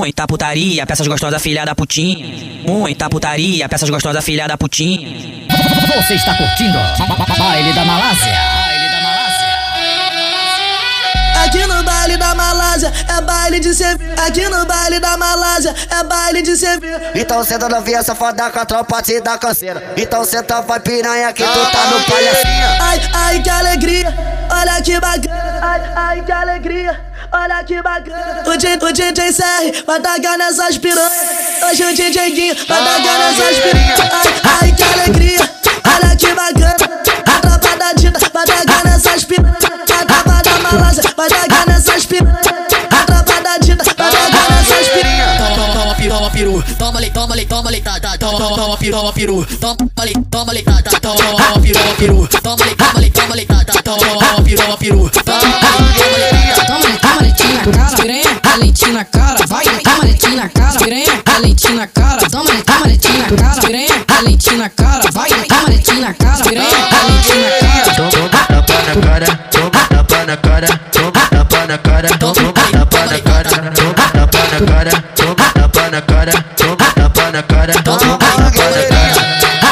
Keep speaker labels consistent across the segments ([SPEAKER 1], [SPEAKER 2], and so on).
[SPEAKER 1] Muita putaria, peças gostosas, filha da putinha. Muita putaria, peças gostosas, filha da putinha.
[SPEAKER 2] Você está curtindo Baile da Malásia.
[SPEAKER 3] Aqui no baile da Malásia é baile de servir. Aqui no baile da Malásia é baile de servir.
[SPEAKER 4] Então senta novinha safada com a tropa te dá canseira. Então senta vai piranha que tu tá no palhacinha.
[SPEAKER 3] Ai, ai que alegria, olha que bacana. Ai, ai que alegria, olha que bacana. O DJ CR vai tacar nessas piranhas. Hoje o DJ Guinho vai tacar nessas piranhas. Ai, ai que alegria, olha que bacana. A tropa da Dita vai tacar nessas piranhas. A tropa da Malásia vai tacar nessas piranhas. A tropa da Dita vai tacar nessas piranhas.
[SPEAKER 2] Toma peru, toma ali, tá, tá, toma peru, toma ali, tá, tá, toma peru, toma ali, tá, tá, toma peru, toma leitinho na cara, piranha, leitinho na cara, vai, toma leitinho na cara, piranha, leitinho na cara, toma leitinho na cara, piranha, leitinho na cara, vai, toma leitinho na cara, piranha, leitinho na cara,
[SPEAKER 4] toma tapa na cara, toma tapa na cara, toma tapa na cara, toma tapa na cara, toma tapa na cara, toma tapa na cara, toma tapa na cara, toma tapa na cara.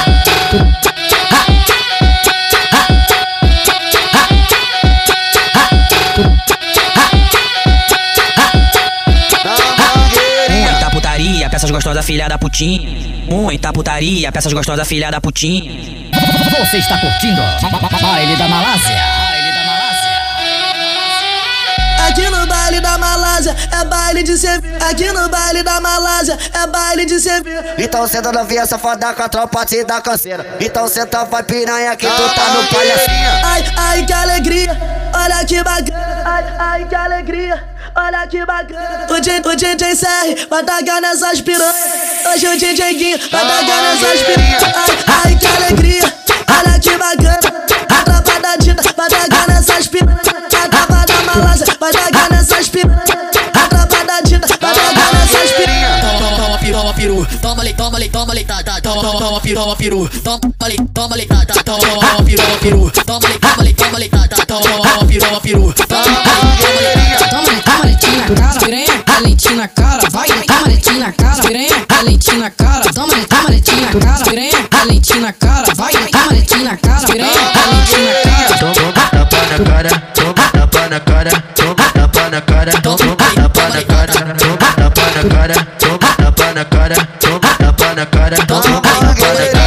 [SPEAKER 1] Muita putaria, peças gostosas, filha da putinha. Muita putaria, peças gostosas, filha da putinha.
[SPEAKER 2] Você está curtindo Baile da Malásia.
[SPEAKER 3] Aqui no baile da Malásia é baile de servir. Aqui no baile da Malásia é baile de servir.
[SPEAKER 4] Então senta novinha safada com a tropa te dá canseira. Então senta vai piranha que tu tá no palhacinha.
[SPEAKER 3] Ai, ai que alegria, olha que bacana. Ai, ai que alegria, olha que bacana. O DJ CR vai tacar nessas piranhas. Hoje o DJ Guinho vai tacar nessas piranhas. Ai, ai que alegria, olha que bacana. A tropa da Dita vai tacar nessas piranhas. A tropa da Malásia vai tacar nessas piranhas. A tropa da Dita vai tacar nessas piranhas.
[SPEAKER 2] Toma peru, toma ali, tá, tá, toma peru, toma ali, tá, tá, toma peru, toma ali, tá, tá, toma peru, toma leitinho na cara, piranha, leitinho na cara, vai, toma leitinho na cara, piranha, leitinho na cara, toma leitinho na cara, piranha, leitinho na cara, vai, toma leitinho na cara, piranha, leitinho na cara,
[SPEAKER 4] toma tapa na cara, toma tapa na cara, toma tapa na cara, toma tapa na cara, toma tapa na cara, toma tapa na cara, toma tapa na cara, toma tapa na cara.